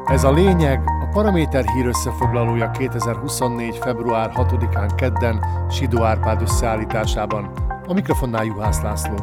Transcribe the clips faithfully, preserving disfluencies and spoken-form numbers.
Ez a lényeg, a Paraméter hír összefoglalója kétezer-huszonnégy. február hatodikán kedden Sidó Árpád összeállításában. A mikrofonnál Juhász László.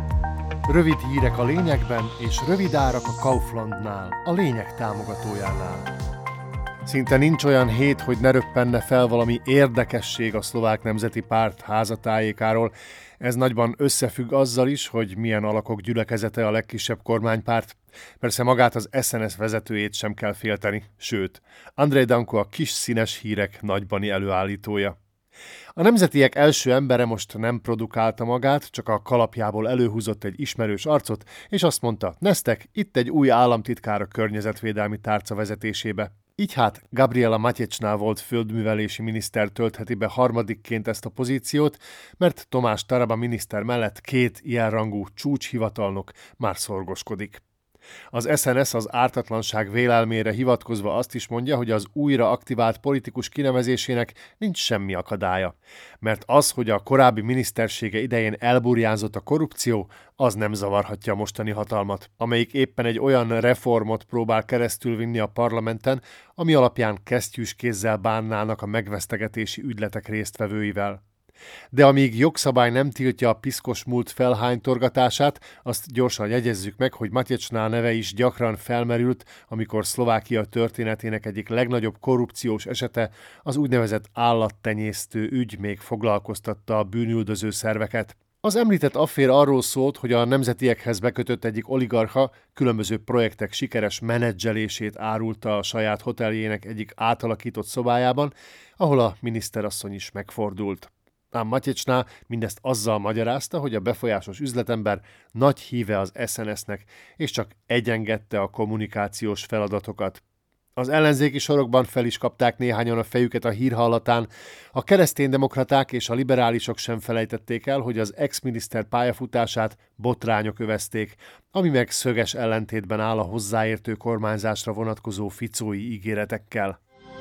Rövid hírek a lényegben, és rövid árak a Kauflandnál, a lényeg támogatójánál. Szinte nincs olyan hét, hogy ne röppenne fel valami érdekesség a Szlovák Nemzeti Párt házatájékáról. Ez nagyban összefügg azzal is, hogy milyen alakok gyülekezete a legkisebb kormánypárt. Persze magát az es en es vezetőjét sem kell félteni, sőt, Andrej Danko a kis színes hírek nagybani előállítója. A nemzetiek első embere most nem produkálta magát, csak a kalapjából előhúzott egy ismerős arcot, és azt mondta, neztek, itt egy új államtitkár a környezetvédelmi tárca vezetésébe. Így hát Gabriela Matyecsná volt földművelési miniszter töltheti be harmadikként ezt a pozíciót, mert Tomás Taraba miniszter mellett két ilyen rangú csúcshivatalnok már szorgoskodik. Az es en es az ártatlanság vélelmére hivatkozva azt is mondja, hogy az újra aktivált politikus kinevezésének nincs semmi akadálya. Mert az, hogy a korábbi minisztersége idején elburjánzott a korrupció, az nem zavarhatja a mostani hatalmat, amelyik éppen egy olyan reformot próbál keresztülvinni a parlamenten, ami alapján kesztyűs kézzel bánnának a megvesztegetési ügyletek résztvevőivel. De amíg jogszabály nem tiltja a piszkos múlt felhánytorgatását, azt gyorsan jegyezzük meg, hogy Matyecsná neve is gyakran felmerült, amikor Szlovákia történetének egyik legnagyobb korrupciós esete, az úgynevezett állattenyésztő ügy még foglalkoztatta a bűnüldöző szerveket. Az említett affér arról szólt, hogy a nemzetiekhez bekötött egyik oligarcha különböző projektek sikeres menedzselését árulta a saját hoteljének egyik átalakított szobájában, ahol a miniszterasszony is megfordult. Ám Matyecsná mindezt azzal magyarázta, hogy a befolyásos üzletember nagy híve az es en es-nek, és csak egyengedte a kommunikációs feladatokat. Az ellenzéki sorokban fel is kapták néhányan a fejüket a hír hallatán. A kereszténydemokraták és a liberálisok sem felejtették el, hogy az ex-miniszter pályafutását botrányok övezték, ami meg szöges ellentétben áll a hozzáértő kormányzásra vonatkozó ficói ígéretekkel.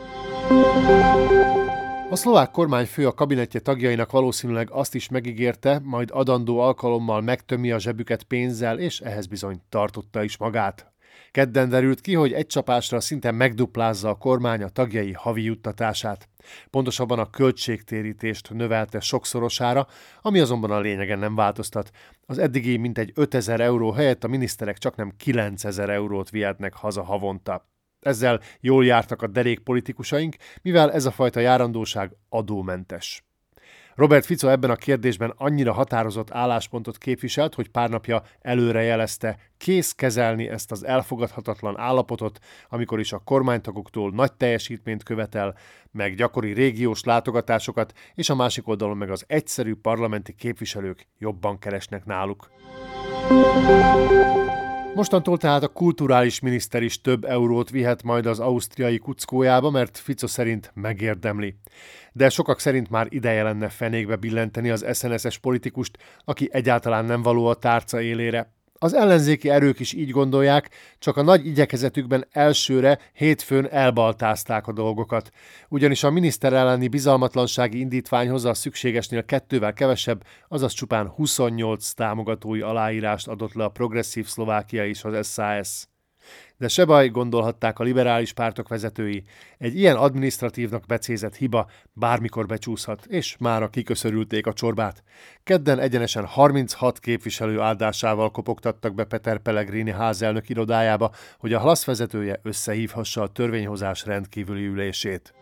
A szlovák kormányfő a kabinetje tagjainak valószínűleg azt is megígérte, majd adandó alkalommal megtömi a zsebüket pénzzel, és ehhez bizony tartotta is magát. Kedden derült ki, hogy egy csapásra szinte megduplázza a kormány a tagjai havi juttatását. Pontosabban a költségtérítést növelte sokszorosára, ami azonban a lényegen nem változtat. Az eddigi mintegy ötezer euró helyett a miniszterek csaknem kilencezer eurót vihetnek haza havonta. Ezzel jól jártak a derék politikusaink, mivel ez a fajta járandóság adómentes. Robert Fico ebben a kérdésben annyira határozott álláspontot képviselt, hogy pár napja előre jelezte, kész kezelni ezt az elfogadhatatlan állapotot, amikor is a kormánytagoktól nagy teljesítményt követel, meg gyakori régiós látogatásokat, és a másik oldalon meg az egyszerű parlamenti képviselők jobban keresnek náluk. Mostantól tehát a kulturális miniszter is több eurót vihet majd az ausztriai kuckójába, mert Fico szerint megérdemli. De sokak szerint már ideje lenne fenékbe billenteni az es en es-es politikust, aki egyáltalán nem való a tárca élére. Az ellenzéki erők is így gondolják, csak a nagy igyekezetükben elsőre hétfőn elbaltázták a dolgokat. Ugyanis a miniszter elleni bizalmatlansági indítványhoz a szükségesnél kettővel kevesebb, azaz csupán huszonnyolc támogatói aláírást adott le a Progresszív Szlovákia és az es zá es. De se baj, gondolhatták a liberális pártok vezetői, egy ilyen adminisztratívnak becézett hiba bármikor becsúszhat, és mára kiköszörülték a csorbát. Kedden egyenesen harminchat képviselő áldásával kopogtattak be Peter Pellegrini házelnök irodájába, hogy a Hlas vezetője összehívhassa a törvényhozás rendkívüli ülését.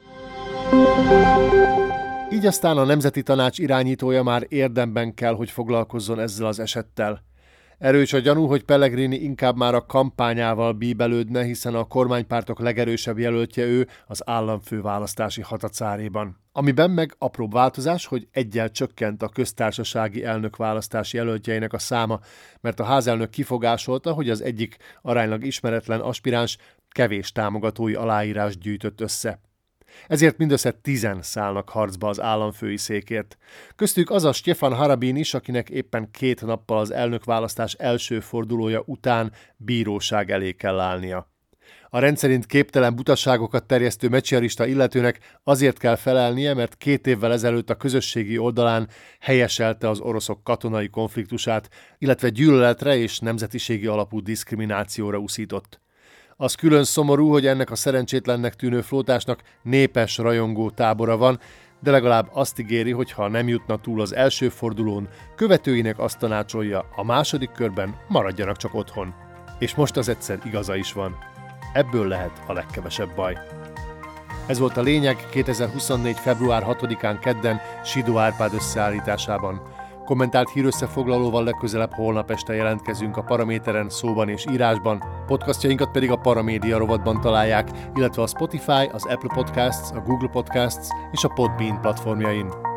Így aztán a Nemzeti Tanács irányítója már érdemben kell, hogy foglalkozzon ezzel az esettel. Erős a gyanú, hogy Pellegrini inkább már a kampányával bíbelődne, hiszen a kormánypártok legerősebb jelöltje ő az államfő választási hatacáréban. Amiben meg apróbb változás, hogy eggyel csökkent a köztársasági elnök választási jelöltjeinek a száma, mert a házelnök kifogásolta, hogy az egyik aránylag ismeretlen aspiráns kevés támogatói aláírást gyűjtött össze. Ezért mindössze tizen szállnak harcba az államfői székért. Köztük az a Stefan Harabin is, akinek éppen két nappal az elnökválasztás első fordulója után bíróság elé kell állnia. A rendszerint képtelen butaságokat terjesztő mecsiarista illetőnek azért kell felelnie, mert két évvel ezelőtt a közösségi oldalán helyeselte az oroszok katonai konfliktusát, illetve gyűlöletre és nemzetiségi alapú diszkriminációra uszított. Az külön szomorú, hogy ennek a szerencsétlennek tűnő flótásnak népes rajongó tábora van, de legalább azt ígéri, hogy ha nem jutna túl az első fordulón, követőinek azt tanácsolja, a második körben maradjanak csak otthon. És most az egyszer igaza is van. Ebből lehet a legkevesebb baj. Ez volt a lényeg kétezer-huszonnégy. február hatodikán kedden Sidó Árpád összeállításában. Kommentált hírösszefoglalóval legközelebb holnap este jelentkezünk a Paraméteren szóban és írásban, podcastjainkat pedig a Paramédia rovatban találják, illetve a Spotify, az Apple Podcasts, a Google Podcasts és a Podbean platformjain.